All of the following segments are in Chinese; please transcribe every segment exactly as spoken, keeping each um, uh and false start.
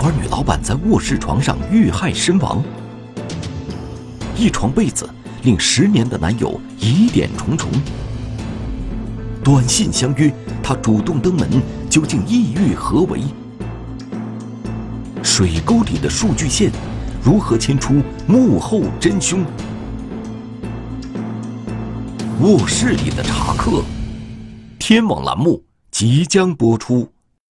而女老板在卧室床上遇害身亡。一床被子令十年的男友疑点重重。短信相约，他主动登门，究竟意欲何为？水沟里的数据线，如何牵出幕后真凶？卧室里的茶客，天网栏目即将播出。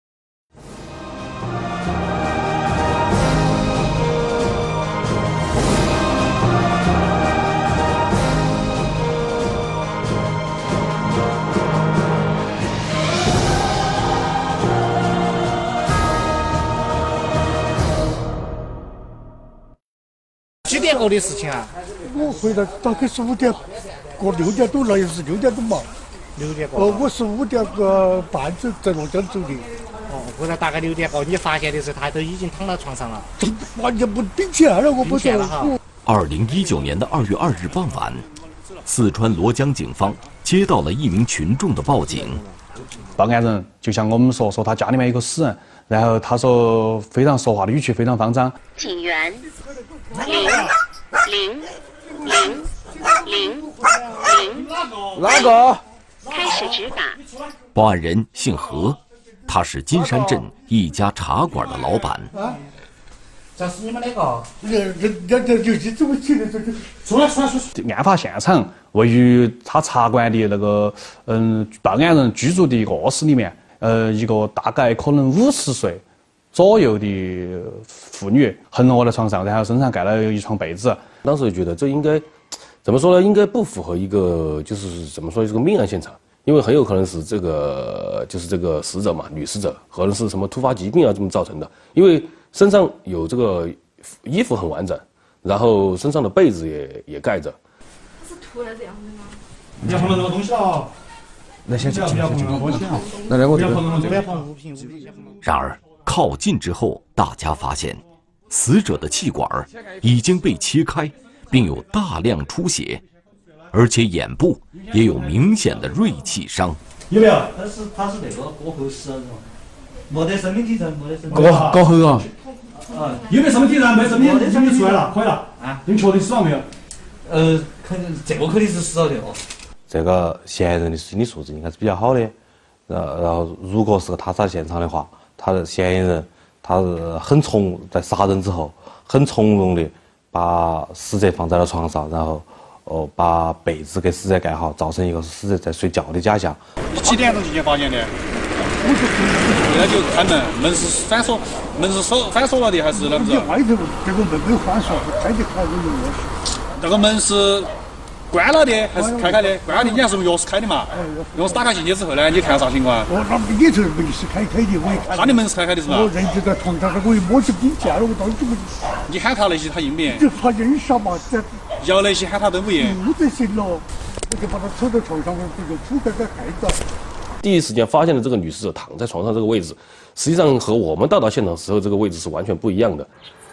几点过的事情啊？ 我回来大概是五点过六点多了，也是六点多嘛。 六点过。 哦，我是五点个半走在洛江走的。 哦，回来大概六点过，你发现的时候他都已经躺到床上了。 完全不顶起来了，我不顶起来了哈。 二零一九年的二月二日傍晚，四川罗江警方接到了一名群众的报警。 报案人就向我们说，说他家里面有个死人，然后他说非常说话的语气非常慌张。 警员零零零零零哪个？ 开始执法。 报案人姓何，他是金山镇一家茶馆的老板。 啊，这是你们那个？ 人人人家就是怎么起来？这个说说说。 案发现场位于他茶馆的那个嗯报案人居住的卧室里面，呃，一个大概可能五十岁左右的妇女横卧在床上，然后身上盖了一床被子。 当时觉得这应该怎么说呢？应该不符合一个就是怎么说这个命案现场，因为很有可能是这个就是这个死者嘛，女死者可能是什么突发疾病啊这么造成的，因为身上有这个衣服很完整，然后身上的被子也也盖着。 是突然这样的吗？ 不要碰到这个东西啊！ 那先不要不要碰到东西啊！ 那来我不要碰到不要碰物品物品。 然而靠近之后，大家发现死者的气管已经被切开，并有大量出血，而且眼部也有明显的锐器伤。 有没有？ 他是他是那个过后死了是吧？没得生命体征，没得生命。 过过后啊。 啊， 有没有生命体征？没生命体征就出来了，可以了。啊，你确定死亡没有？ 呃，肯定这个肯定是死了的哦。 这个嫌疑人的心理素质应该是比较好的，然后然后如果是个他杀现场的话，他的嫌疑人他是很从在杀人之后很从容的把死者放在了床上，然后哦把被子给死者盖好，造成一个死者在睡觉的假象。 你几点钟进去发现的？回来就开门，门是反锁，门是锁反锁了的还是啷子？ 外头这个门没反锁，开就开，我有钥匙。 这个门是关了的还是开开的？关了的，你还是用钥匙开的嘛？钥匙打开进去之后呢，你看啥情况？ 我那里头门是开开的，我也看。 他的门是开开的是吧？ 我人就在床上，我一摸就顶起来了，我当时我。 你喊他那些他应不应？ 就怕人少嘛，这。 要那些喊他都不应。 不得行了，我就把他拖到床上，我这个铺盖给盖着。 第一时间发现的这个女死者躺在床上这个位置，实际上和我们到达现场时候这个位置是完全不一样的。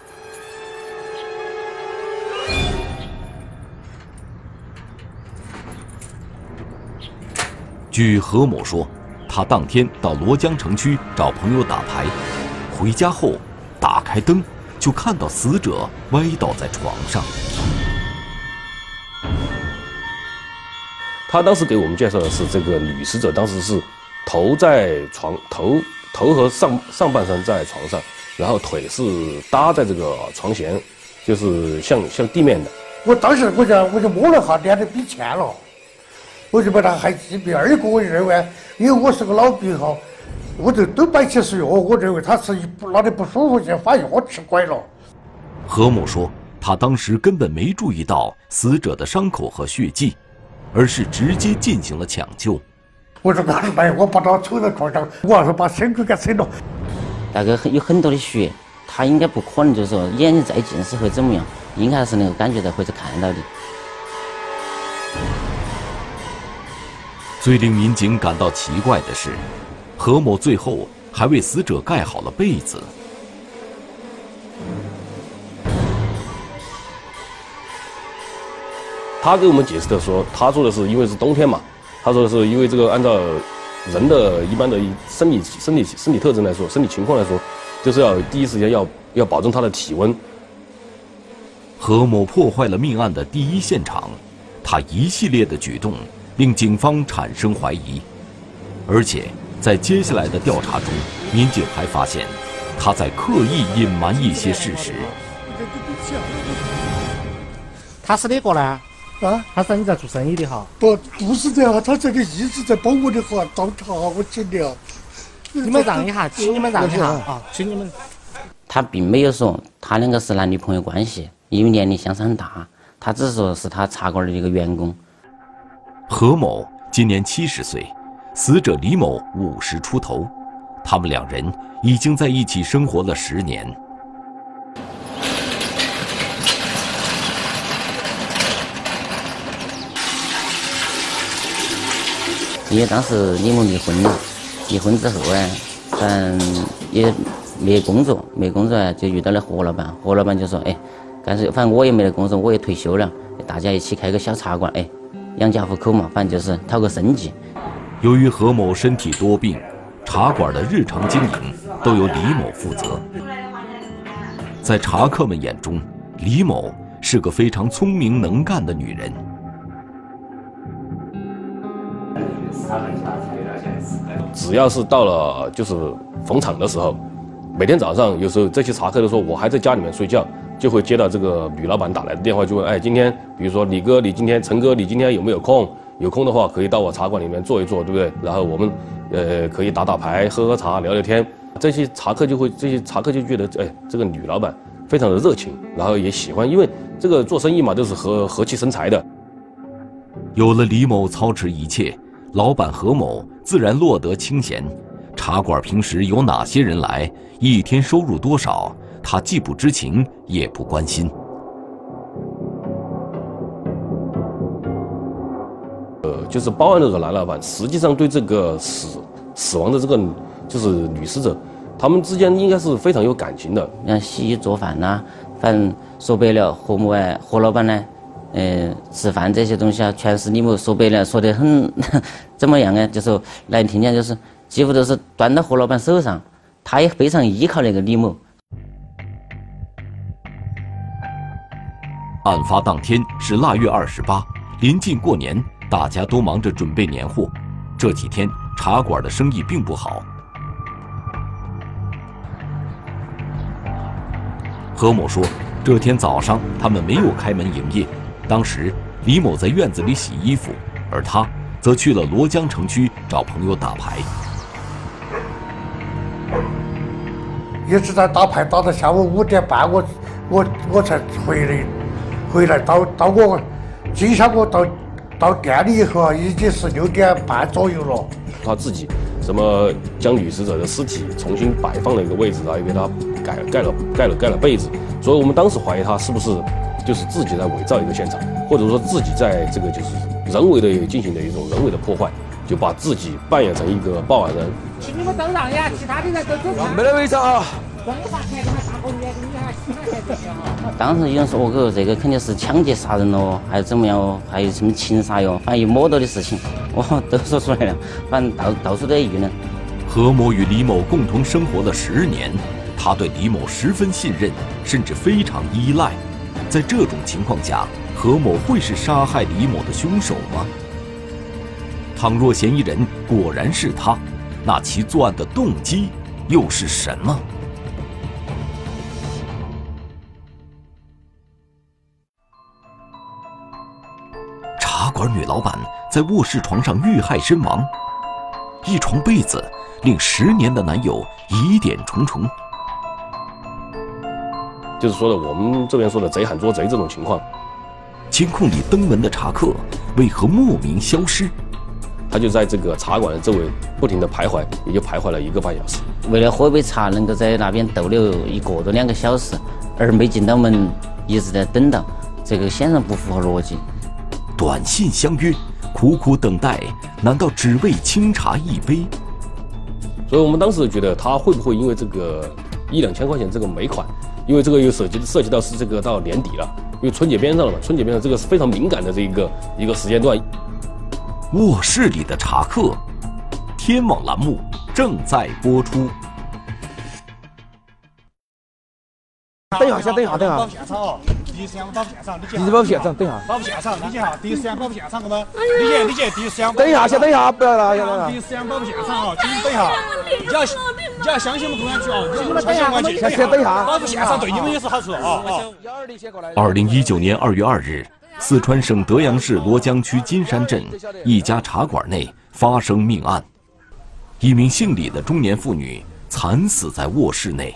据何某说，他当天到罗江城区找朋友打牌，回家后打开灯，就看到死者歪倒在床上。 他当时给我们介绍的是，这个女死者当时是头在床头头和上上半身在床上，然后腿是搭在这个床前，就是向向地面的。 我当时我就我就摸了下，脸都比欠了，我就把他害气病。二一个我认为，因为我是个老病号，我就都摆起是药，我认为他是哪里不舒服就把药吃乖了。 何某说，他当时根本没注意到死者的伤口和血迹，而是直接进行了抢救。 我说干什么？我把他抽到床上，我要是把身躯给扯了。 大概有很多的血，他应该不可能就是说眼睛再近视或怎么样，应该是能够感觉到或者看到的。 最令民警感到奇怪的是，何某最后还为死者盖好了被子。 他给我们解释的说，他说的是因为是冬天嘛，他说的是因为这个按照人的一般的生理生理身体特征来说，身体情况来说， 就是要第一时间要要保证他的体温。 何某破坏了命案的第一现场，他一系列的举动令警方产生怀疑，而且在接下来的调查中，民警还发现他在刻意隐瞒一些事实。 他是哪个呢？ 啊， 他是你在做生意的哈？ 不，不是这样，他这个一直在帮我的话找茬，我尽量。 你们让一下，请你们让一下啊，请你们。 他并没有说他两个是男女朋友关系，因为年龄相差很大，他只是说是他茶馆的一个员工。 何某今年七十岁，死者李某五十出头，他们两人已经在一起生活了十年。 因为当时李某离婚了，离婚之后呢，反正也没工作，没工作就遇到了何老板，何老板就说，哎，干脆反正我也没得工作，我也退休了，大家一起开个小茶馆，哎，养家糊口嘛，反正就是讨个生计。 由于何某身体多病，茶馆的日常经营都由李某负责。在茶客们眼中，李某是个非常聪明能干的女人。 只要是到了就是逢场的时候，每天早上有时候这些茶客都说我还在家里面睡觉，就会接到这个女老板打来的电话，就问，哎，今天比如说李哥，你今天陈哥，你今天有没有空？有空的话可以到我茶馆里面坐一坐，对不对？然后我们呃可以打打牌、喝喝茶、聊聊天。这些茶客就会，这些茶客就觉得，哎，这个女老板非常的热情，然后也喜欢，因为这个做生意嘛，都是和和气生财的。 有了李某操持一切，老板何某自然落得清闲。茶馆平时有哪些人来，一天收入多少，他既不知情，也不关心。 呃，就是报案的这个男老板，实际上对这个死死亡的这个就是女死者，他们之间应该是非常有感情的。 像洗衣做饭呐、啊，反正说白了，何某哎，何老板呢，呃，吃饭这些东西啊，全是李某说白了，说得很怎么样呢？就是来听讲，就是几乎都是端到何老板手上，他也非常依靠那个李某。 案发当天是腊月二十八，临近过年，大家都忙着准备年货。这几天茶馆的生意并不好。何某说，这天早上他们没有开门营业，当时李某在院子里洗衣服，而他则去了罗江城区找朋友打牌。 一直在打牌，打到下午五点半，我我我才回来。回来到到我接下我到到店里以后啊，已经是六点半左右了。 他自己什么将女死者的尸体重新摆放了一个位置，然后又给他盖盖了盖了盖了被子，所以我们当时怀疑他是不是就是自己在伪造一个现场，或者说自己在这个就是人为的进行的一种人为的破坏，就把自己扮演成一个报案人。 请你们都让呀，其他的人都走开。 没得违章啊。 当时有人说我哥这个肯定是抢劫杀人喽，还是怎么样哦，还有什么情杀哟，反正有摸到的事情，我都说出来了，反正到到处都议论。 何某与李某共同生活了十年，他对李某十分信任，甚至非常依赖。在这种情况下，何某会是杀害李某的凶手吗？倘若嫌疑人果然是他，那其作案的动机又是什么？茶馆女老板在卧室床上遇害身亡，一床被子令十年的男友疑点重重。 就是说的我们这边说的贼喊捉贼这种情况。 监控里登门的茶客为何莫名消失？ 他就在这个茶馆的周围不停地徘徊，也就徘徊了一个半小时。 为了喝杯茶，能够在那边逗留一个多两个小时，而没进到门，一直在等到，这个显然不符合逻辑。 短信相约，苦苦等待，难道只为清茶一杯？ 所以我们当时觉得他会不会因为这个一两千块钱这个尾款，因为这个又涉及涉及到是这个到年底了，因为春节边上了嘛，春节边上这个是非常敏感的这一个一个时间段。 卧室里的茶客，天网栏目正在播出。 等一下，先等一下，等一下。 保护现场哦，第一时间保护现场，理解。 第一保护现场，等一下。 保护现场，理解哈，第一时间保护现场，我们理解理解，第一时间。 等一下，先等一下，不要了，先等一下。 第一时间保护现场哦，请等一下，你要你要相信我们公安局哦，你们相信公安局。 先等一下， 保护现场对你们也是好处哦哦。 二零一九年二月二日，四川省德阳市罗江区金山镇一家茶馆内发生命案，一名姓李的中年妇女惨死在卧室内。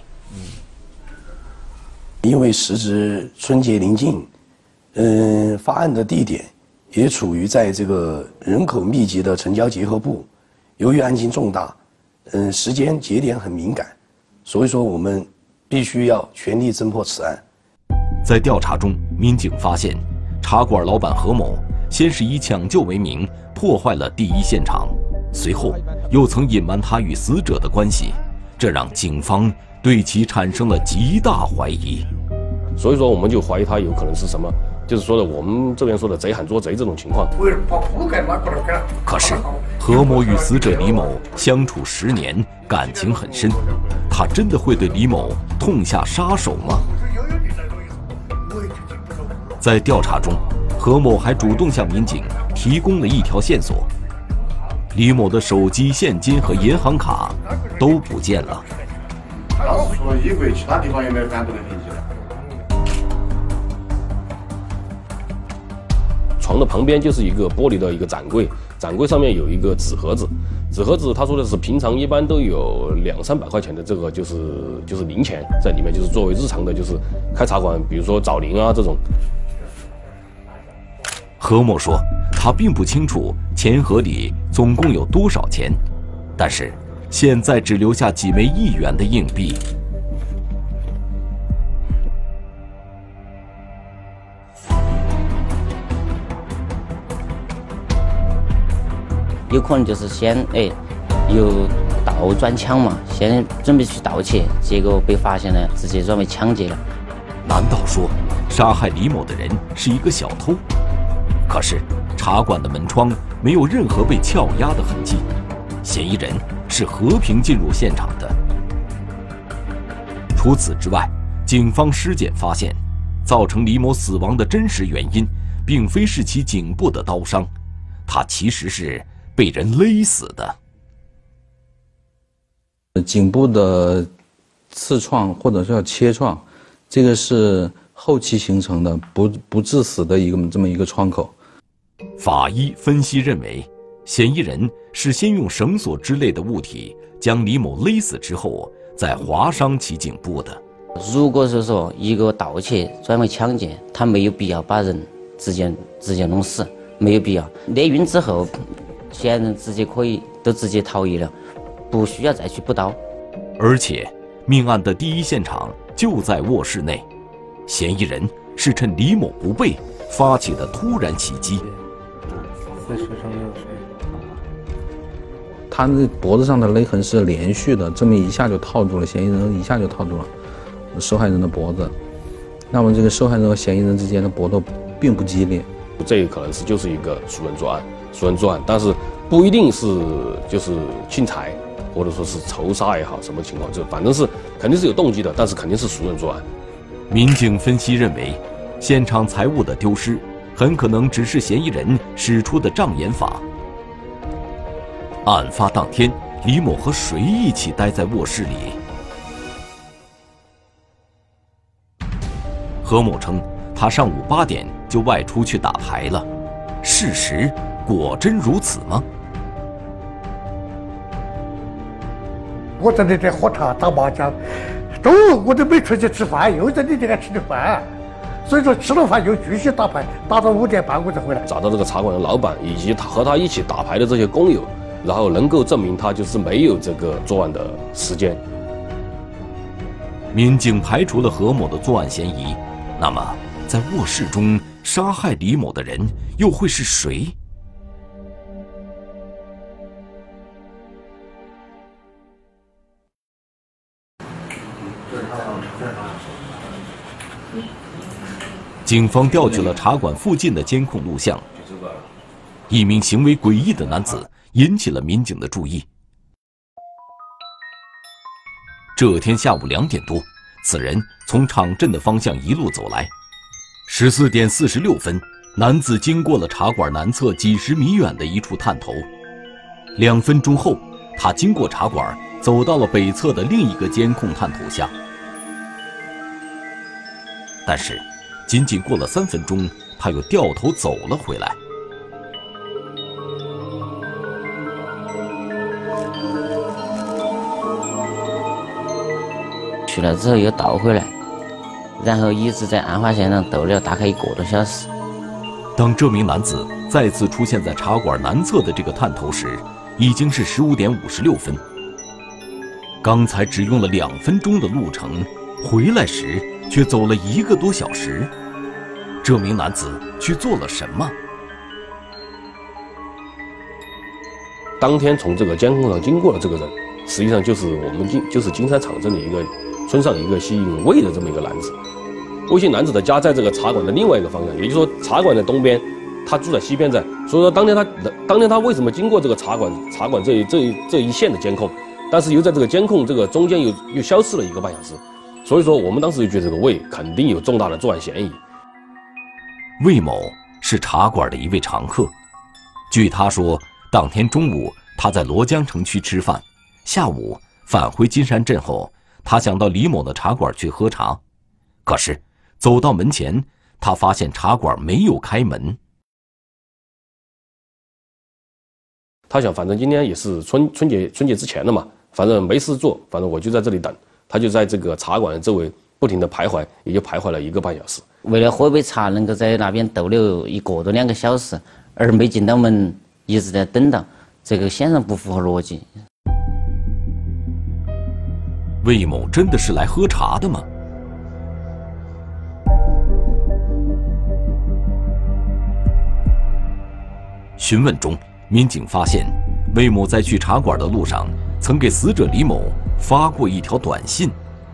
因为时值春节临近，嗯，发案的地点也处于在这个人口密集的城郊结合部，由于案情重大，嗯，时间节点很敏感，所以说我们必须要全力侦破此案。 在调查中，民警发现，茶馆老板何某先是以抢救为名破坏了第一现场，随后又曾隐瞒他与死者的关系，这让警方对其产生了极大怀疑。 所以说，我们就怀疑他有可能是什么，就是说的我们这边说的贼喊捉贼这种情况。 可是，何某与死者李某相处十年，感情很深，他真的会对李某痛下杀手吗？在调查中，何某还主动向民警提供了一条线索：李某的手机、现金和银行卡都不见了。 当时除了衣柜，其他地方有没有单独的痕迹？ 床的旁边就是一个玻璃的一个展柜，展柜上面有一个纸盒子，纸盒子他说的是平常一般都有两三百块钱的这个就是就是零钱在里面，就是作为日常的就是开茶馆，比如说找零啊这种。 何某说，他并不清楚钱盒里总共有多少钱，但是现在只留下几枚一元的硬币。 有可能就是先哎有盗转抢嘛，先准备去盗窃，结果被发现了，直接转为抢劫了。 难道说杀害李某的人是一个小偷？可是茶馆的门窗没有任何被撬压的痕迹，嫌疑人是和平进入现场的。除此之外，警方尸检发现，造成李某死亡的真实原因，并非是其颈部的刀伤，他其实是被人勒死的。 颈部的刺创或者叫切创，这个是后期形成的，不不致死的一个这么一个创口。 法医分析认为，嫌疑人是先用绳索之类的物体将李某勒死之后，再划伤其颈部的。 如果是说一个盗窃转为抢劫，他没有必要把人直接直接弄死，没有必要。勒晕之后，嫌疑人直接可以都直接逃逸了，不需要再去补刀。 而且，命案的第一现场就在卧室内，嫌疑人是趁李某不备发起的突然袭击。 在身上有水。 他那脖子上的勒痕是连续的，这么一下就套住了，嫌疑人一下就套住了受害人的脖子。那么这个受害人和嫌疑人之间的搏斗并不激烈， 这个可能是就是一个熟人作案，熟人作案，但是不一定是就是侵财，或者说是仇杀也好，什么情况，就反正是肯定是有动机的，但是肯定是熟人作案。 民警分析认为，现场财物的丢失很可能只是嫌疑人使出的障眼法。案发当天，李某和谁一起待在卧室里？何某称，他上午八点就外出去打牌了。事实果真如此吗？ 我在那边喝茶打麻将，中午我都没出去吃饭，又在你这边吃的饭，所以说吃了饭又继续打牌，打到五点半我才回来。 找到这个茶馆的老板以及他和他一起打牌的这些工友，然后能够证明他就是没有这个作案的时间。 民警排除了何某的作案嫌疑，那么在卧室中杀害李某的人又会是谁？警方调取了茶馆附近的监控录像，一名行为诡异的男子引起了民警的注意。这天下午两点多， 此人从场镇的方向一路走来。十四点四十六分，男子经过了茶馆南侧几十米远的一处探头。两分钟后，他经过茶馆，走到了北侧的另一个监控探头下。但是，仅仅过了三分钟，他又掉头走了回来。 去了之后又倒回来，然后一直在案发现场逗了大概一个多小时。 当这名男子再次出现在茶馆南侧的这个探头时，已经是十五点五十六分。刚才只用了两分钟的路程，回来时却走了一个多小时。这名男子去做了什么？ 当天从这个监控上经过的这个人，实际上就是我们金就是金山场镇的一个村上一个姓魏的这么一个男子。魏姓男子的家在这个茶馆的另外一个方向，也就是说茶馆的东边，他住在西边站。所以说当天他当天他为什么经过这个茶馆茶馆这一这一这一线的监控，但是又在这个监控这个中间又又消失了一个半小时。所以说我们当时就觉得这个魏肯定有重大的作案嫌疑。 魏某是茶馆的一位常客，据他说，当天中午他在罗江城区吃饭，下午返回金山镇后，他想到李某的茶馆去喝茶，可是走到门前，他发现茶馆没有开门。 他想，反正今天也是春春节春节之前的嘛，反正没事做，反正我就在这里等。他就在这个茶馆的周围不停地徘徊，也就徘徊了一个半小时。 为了喝杯茶，能够在那边逗留一个多两个小时，而没进到门，一直在等到，这个显然不符合逻辑。 魏某真的是来喝茶的吗？询问中，民警发现魏某在去茶馆的路上，曾给死者李某发过一条短信。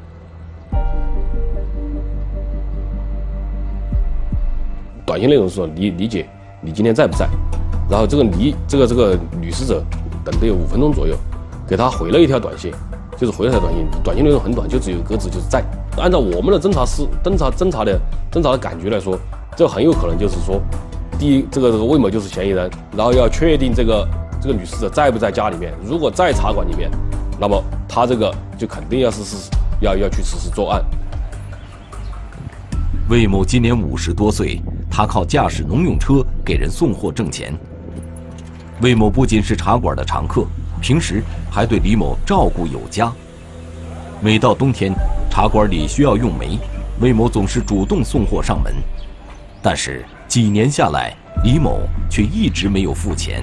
短信内容是说：“李李姐，你今天在不在？”然后这个李这个这个女死者等了有五分钟左右，给他回了一条短信，就是回了一条短信，短信内容很短，就只有一个字，就是在。按照我们的侦查师侦查侦查的侦查的感觉来说，这很有可能就是说，第一，这个这个魏某就是嫌疑人，然后要确定这个这个女死者在不在家里面，如果在茶馆里面，那么他这个就肯定要是是要要去实施作案。 魏某今年五十多岁，他靠驾驶农用车给人送货挣钱。魏某不仅是茶馆的常客，平时还对李某照顾有加。每到冬天，茶馆里需要用煤，魏某总是主动送货上门。但是几年下来，李某却一直没有付钱。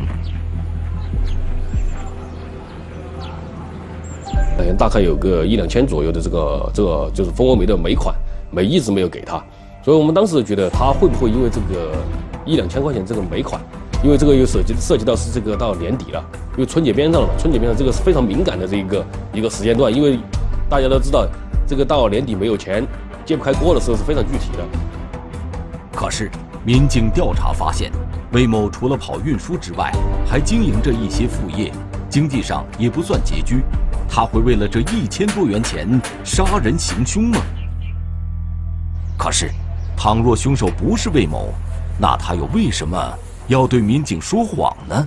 呃，大概有个一两千左右的这个这个就是蜂窝煤的煤款，煤一直没有给他，所以我们当时觉得他会不会因为这个一两千块钱这个煤款，因为这个又涉及涉及到是这个到年底了，因为春节边上了嘛，春节边上这个是非常敏感的这一个一个时间段，因为大家都知道，这个到年底没有钱揭不开锅的时候是非常具体的。 可是民警调查发现，魏某除了跑运输之外，还经营着一些副业，经济上也不算拮据。他会为了这一千多元钱杀人行凶吗？可是，倘若凶手不是魏某，那他又为什么要对民警说谎呢？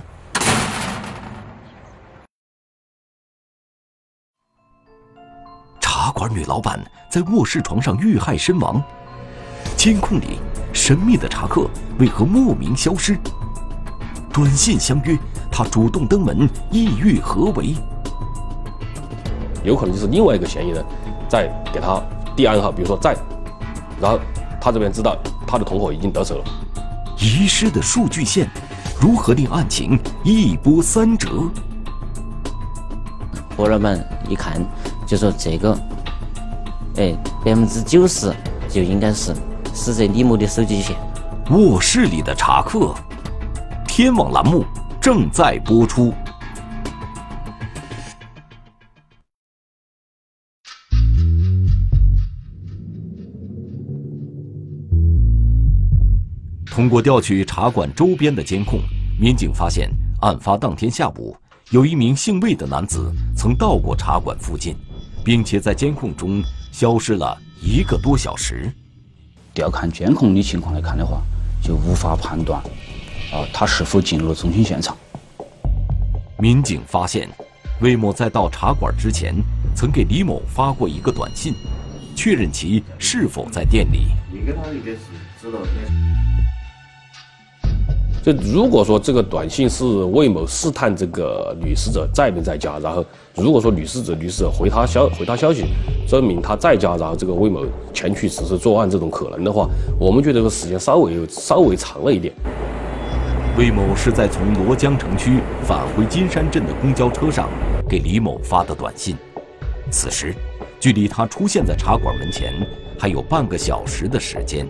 茶馆女老板在卧室床上遇害身亡，监控里神秘的茶客为何莫名消失？短信相约，他主动登门，意欲何为？ 有可能就是另外一个嫌疑人在给他递暗号，比如说在，然后他这边知道他的同伙已经得手了。 遗失的数据线如何令案情一波三折？ 何老板一看就说这个，哎，百分之九十就应该是死者李某的手机线。 卧室里的茶客，天网栏目正在播出。通过调取茶馆周边的监控，民警发现，案发当天下午，有一名姓魏的男子曾到过茶馆附近， 并且在监控中消失了一个多小时。 调看监控的情况来看的话，就无法判断，啊、呃，他是否进入了中心现场。 民警发现，魏某在到茶馆之前，曾给李某发过一个短信，确认其是否在店里。 应该他应该是知道的。 就如果说这个短信是魏某试探这个女死者在没在家，然后如果说女死者女死者回他消回他消息，证明他在家，然后这个魏某前去实施作案这种可能的话，我们觉得这个时间稍微稍微长了一点。 魏某是在从罗江城区返回金山镇的公交车上给李某发的短信，此时距离他出现在茶馆门前还有半个小时的时间。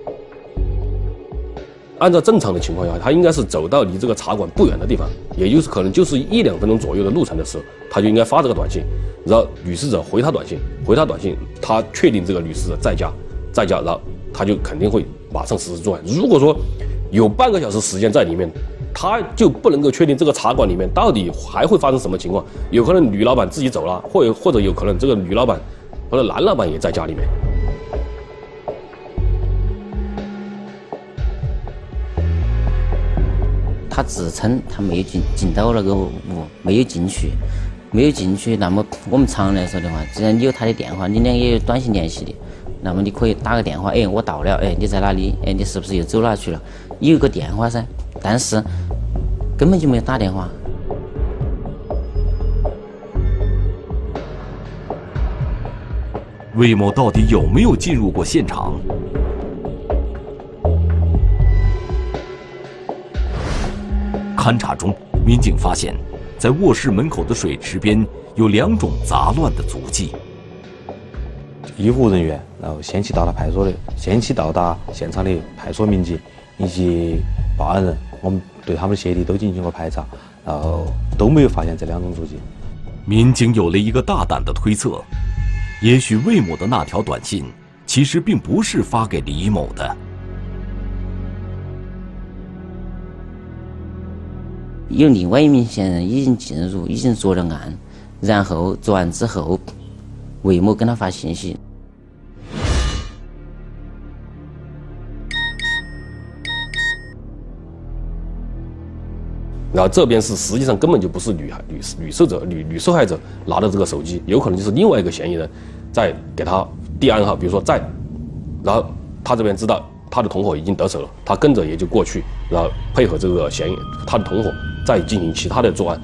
按照正常的情况下，他应该是走到离这个茶馆不远的地方，也就是可能就是一两分钟左右的路程的时候，他就应该发这个短信，然后女死者回他短信，回他短信，他确定这个女死者在家，在家，然后他就肯定会马上实施作案。如果说有半个小时时间在里面，他就不能够确定这个茶馆里面到底还会发生什么情况，有可能女老板自己走了，或者或者有可能这个女老板或者男老板也在家里面。 他自称他没有进进到那个屋，没有进去，没有进去。那么我们常来说的话，既然你有他的电话，你俩也有短信联系的，那么你可以打个电话，哎，我到了，哎，你在哪里？哎，你是不是又走哪去了？有个电话噻，但是根本就没有打电话。 魏某到底有没有进入过现场？勘查中，民警发现，在卧室门口的水池边有两种杂乱的足迹。 医护人员，然后先期到达派出所的，先期到达现场的派出所民警以及报案人，我们对他们的鞋底都进行过排查，然后都没有发现这两种足迹。 民警有了一个大胆的推测，也许魏某的那条短信其实并不是发给李某的。 有另外一名嫌疑人已经进入，已经作了案，然后作案之后，魏某跟他发信息。 然后这边是实际上根本就不是女女女受者女女受害者拿的这个手机，有可能就是另外一个嫌疑人在给他递暗号，比如说在，然后他这边知道他的同伙已经得手了，他跟着也就过去，然后配合这个嫌疑他的同伙再进行其他的作案。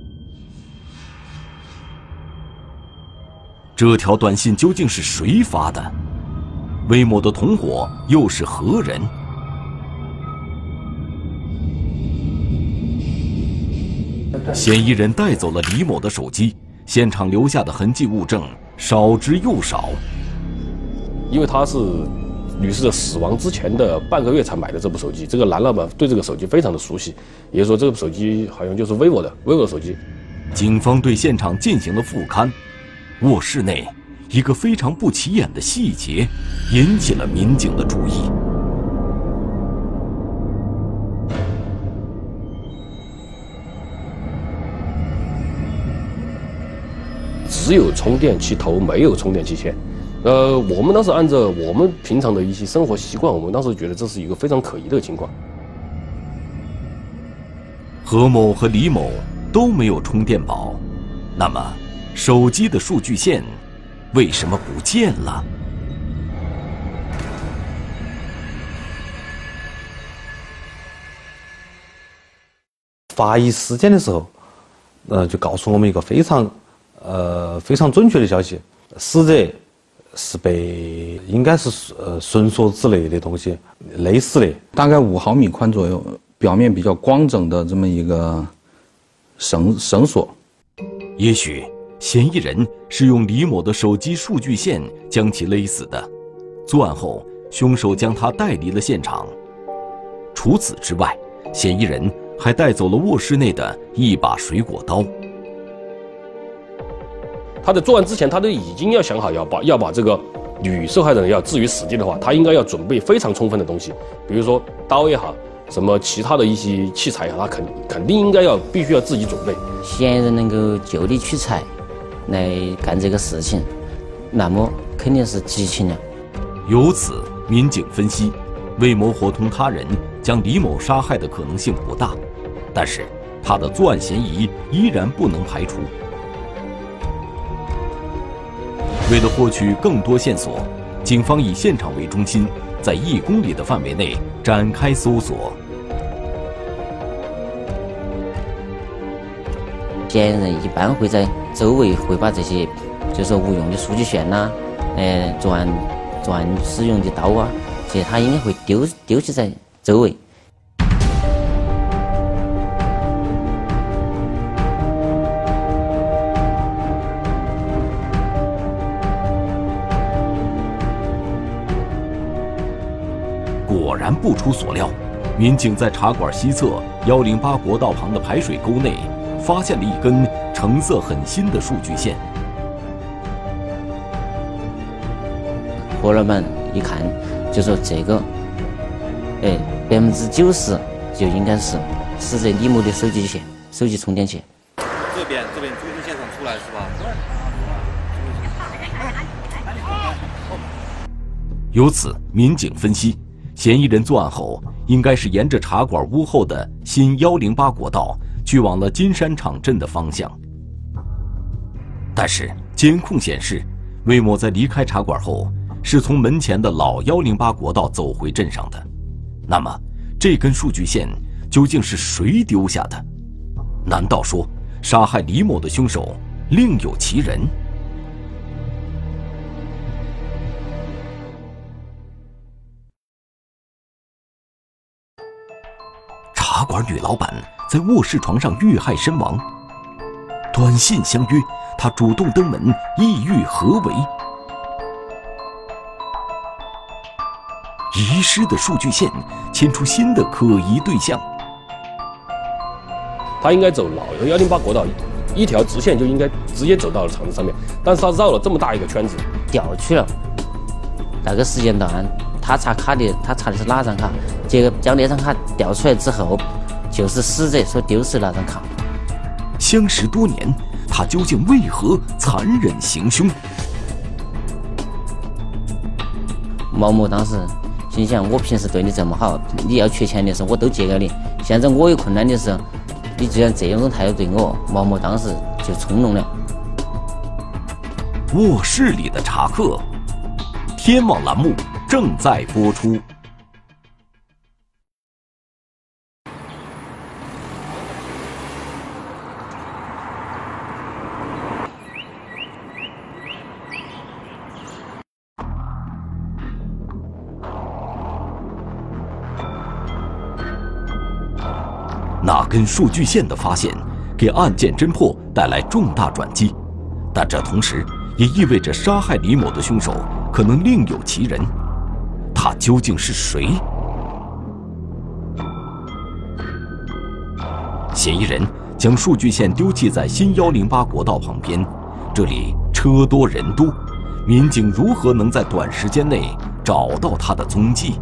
这条短信究竟是谁发的？魏某的同伙又是何人？嫌疑人带走了李某的手机，现场留下的痕迹物证少之又少。 因为他是女士的死亡之前的半个月才买的这部手机，这个男老板对这个手机非常的熟悉，也就是说这部手机好像就是 vivo 的 vivo 的手机。 警方对现场进行了复勘，卧室内一个非常不起眼的细节引起了民警的注意。 只有充电器头，没有充电器线。呃，我们当时按照我们平常的一些生活习惯，我们当时觉得这是一个非常可疑的情况。 何某和李某都没有充电宝，那么手机的数据线为什么不见了？ 法医尸检的时候，呃，就告诉我们一个非常。呃，非常准确的消息，死者是被应该是呃绳索之类的东西勒死的， 大概五毫米宽左右，表面比较光整的这么一个绳绳索。 也许嫌疑人是用李某的手机数据线将其勒死的，作案后凶手将他带离了现场。除此之外，嫌疑人还带走了卧室内的一把水果刀。 他在作案之前，他都已经要想好要把要把这个女受害人要置于死地的话，他应该要准备非常充分的东西，比如说刀也好，什么其他的一些器材也好，他肯肯定应该要必须要自己准备。 嫌疑人能够就地取材， 来干这个事情，那么肯定是激情了。 由此，民警分析，魏某伙同他人将李某杀害的可能性不大，但是他的作案嫌疑依然不能排除。为了获取更多线索，警方以现场为中心，在一公里的范围内展开搜索。 嫌疑人一般会在周围会把这些，就是说无用的数据线呐、啊，呃，作案作案使用的刀啊，这些他应该会丢丢弃在周围。 果然不出所料，民警在茶馆西侧一零八国道旁的排水沟内发现了一根成色很新的数据线。 何老板一看就说这个，哎，百分之九十就应该是死者李某的手机线、手机充电线。 这边这边中心线上出来是吧？ 由此，民警分析，嫌疑人作案后应该是沿着茶馆屋后的新一零八国道去往了金山场镇的方向。但是监控显示，魏某在离开茶馆后是从门前的老一零八国道走回镇上的。那么，这根数据线究竟是谁丢下的？难道说杀害李某的凶手另有其人？茶馆女老板在卧室床上遇害身亡，短信相约，她主动登门，意欲何为？遗失的数据线牵出新的可疑对象。 他应该走老一零八国道，一条直线就应该直接走到了场子上面，但是他绕了这么大一个圈子， 调去了。那个时间段，他查卡的，他查的是哪张卡？结果将那张卡调出来之后，就是死者所丢失的那张卡。 相识多年，他究竟为何残忍行凶？ 毛某当时心想：我平时对你这么好，你要缺钱的时候我都借给你，现在我有困难的时候，你居然这样种态度对我，毛某当时就冲动了。 卧室里的茶客，天网栏目正在播出。那根数据线的发现，给案件侦破带来重大转机，但这同时也意味着杀害李某的凶手可能另有其人。他究竟是谁？嫌疑人将数据线丢弃在新一零八国道旁边，这里车多人多，民警如何能在短时间内找到他的踪迹？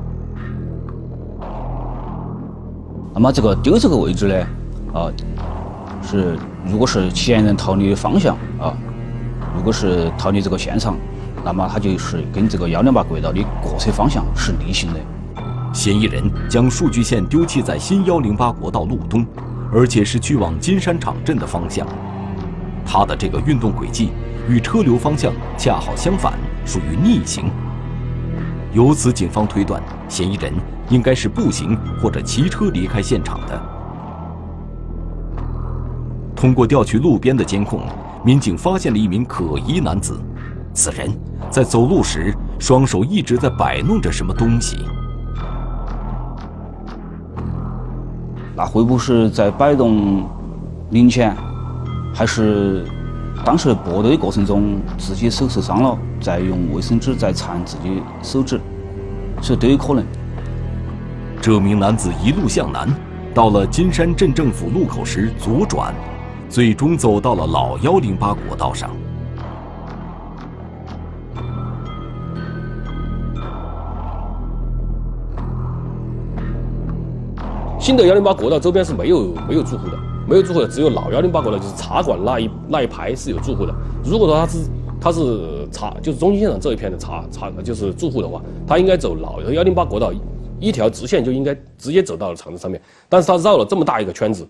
那么这个丢这个位置呢，啊，是如果是嫌疑人逃离的方向啊，如果是逃离这个现场，那么他就是跟这个一零八国道的过车方向是逆行的。 嫌疑人将数据线丢弃在新一零八国道路东，而且是去往金山场镇的方向。他的这个运动轨迹与车流方向恰好相反，属于逆行。由此，警方推断嫌疑人应该是步行或者骑车离开现场的。通过调取路边的监控，民警发现了一名可疑男子。此人在走路时，双手一直在摆弄着什么东西。 那会不会是在摆动零钱，还是当时搏斗的过程中自己手受伤了，再用卫生纸再缠自己手指，所以都有可能。 这名男子一路向南，到了金山镇政府路口时左转，最终走到了老一零八国道上。 新的一零八国道周边是没有没有住户的， 没有住户的只有老幺零八国道，就是茶馆那一那一排是有住户的。如果说他是他是茶就是中心现场这一片的茶茶就是住户的话，他应该走老幺零八国道一条直线就应该直接走到了场子上面，但是他绕了这么大一个圈子。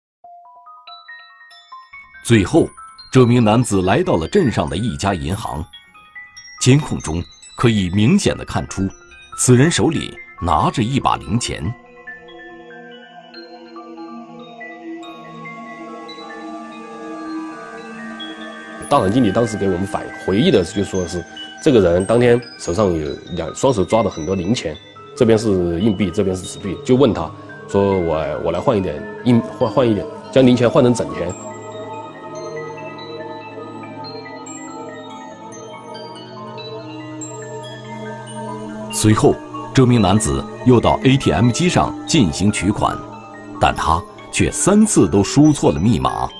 最后，这名男子来到了镇上的一家银行，监控中可以明显的看出，此人手里拿着一把零钱。 大堂经理当时给我们反回忆的就说是，这个人当天手上有两双手抓着很多零钱，这边是硬币，这边是纸币，就问他说我我来换一点硬换换一点，将零钱换成整钱。 随后，这名男子又到 A T M 机上进行取款，但他却三次都输错了密码。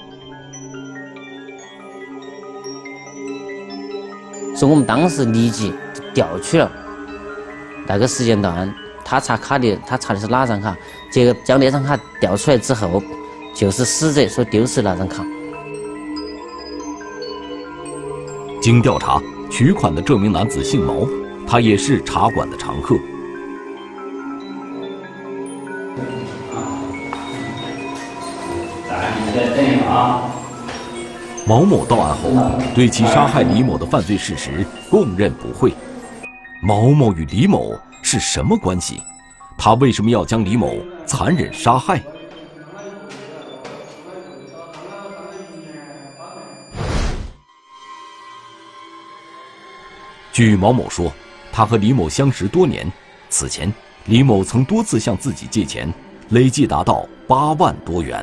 所以我们当时立即调取了那个时间段，他查卡的，他查的是哪张卡？结果将那张卡调出来之后，就是死者所丢失的那张卡。 经调查，取款的这名男子姓毛，他也是茶馆的常客。 来，你再等一会啊。 毛某到案后，对其杀害李某的犯罪事实供认不讳。毛某与李某是什么关系？他为什么要将李某残忍杀害？据毛某说，他和李某相识多年，此前李某曾多次向自己借钱，累计达到八万多元。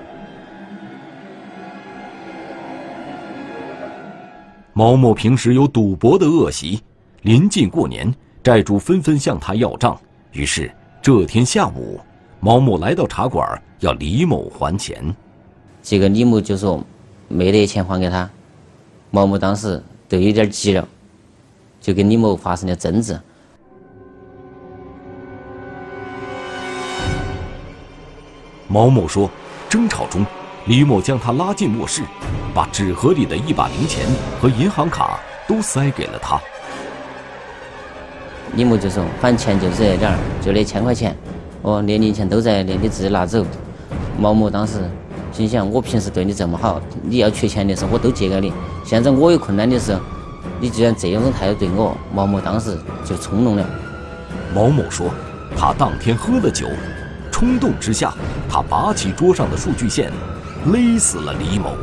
毛某平时有赌博的恶习，临近过年，债主纷纷向他要账。于是这天下午，毛某来到茶馆要李某还钱。 这个李某就说没得钱还给他，毛某当时都有点急了，就跟李某发生了争执。 毛某说，争吵中，李某将他拉进卧室，把纸盒里的一把零钱和银行卡都塞给了他。 李某就说，反正钱就这点儿，就那千块钱，哦，那零钱都在那，你自己拿走。毛某当时心想，我平时对你这么好，你要缺钱的时候我都借给你，现在我有困难的时候，你既然这种态度对我，毛某当时就冲动了。 毛某说，他当天喝了酒，冲动之下，他拔起桌上的数据线，勒死了李某。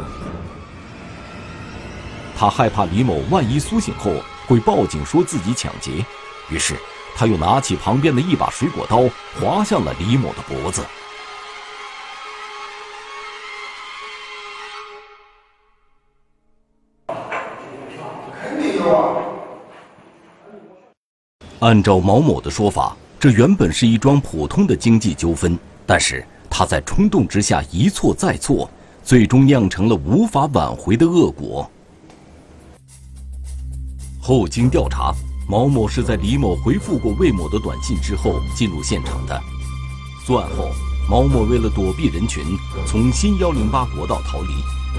他害怕李某万一苏醒后会报警说自己抢劫，于是他又拿起旁边的一把水果刀，划向了李某的脖子。按照毛某的说法，这原本是一桩普通的经济纠纷，但是他在冲动之下一错再错，最终酿成了无法挽回的恶果。后经调查，毛某是在李某回复过魏某的短信之后进入现场的。作案后，毛某为了躲避人群，从新幺零八国道逃离。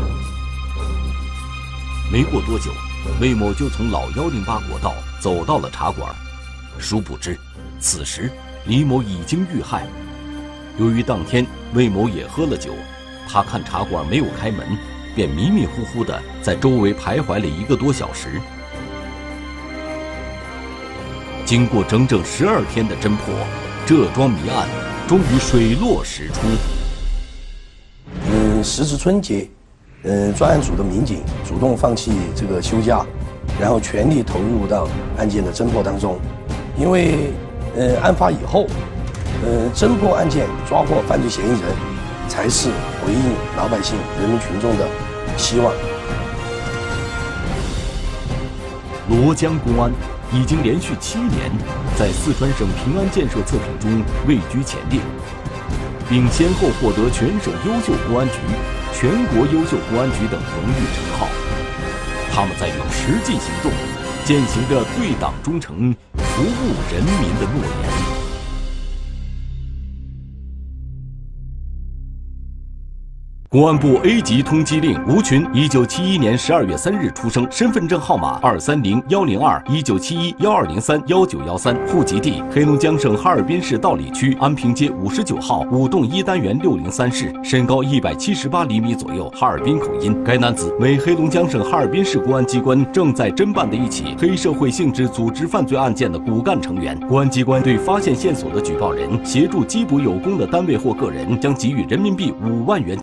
没过多久，魏某就从老幺零八国道走到了茶馆。殊不知，此时李某已经遇害。由于当天魏某也喝了酒，他看茶馆没有开门，便迷迷糊糊地在周围徘徊了一个多小时。经过整整十二天的侦破，这桩谜案终于水落石出。 嗯，时值春节，嗯，专案组的民警主动放弃这个休假，然后全力投入到案件的侦破当中。因为，呃，案发以后，呃，侦破案件、抓获犯罪嫌疑人，才是回应老百姓、人民群众的希望。 罗江公安已经连续七年在四川省平安建设测评中位居前列，并先后获得全省优秀公安局、全国优秀公安局等荣誉称号。他们在用实际行动践行着对党忠诚、服务人民的诺言。 公安部 A 级通缉令：吴群，一九七一年十二月三日出生，身份证号码二三零幺零二一九七一幺二零三幺九幺三，户籍地黑龙江省哈尔滨市道里区安平街五十九号五栋一单元六零三室，身高一百七十八厘米左右，哈尔滨口音。该男子为黑龙江省哈尔滨市公安机关正在侦办的一起黑社会性质组织犯罪案件的骨干成员。公安机关对发现线索的举报人、协助缉捕有功的单位或个人，将给予人民币五万元。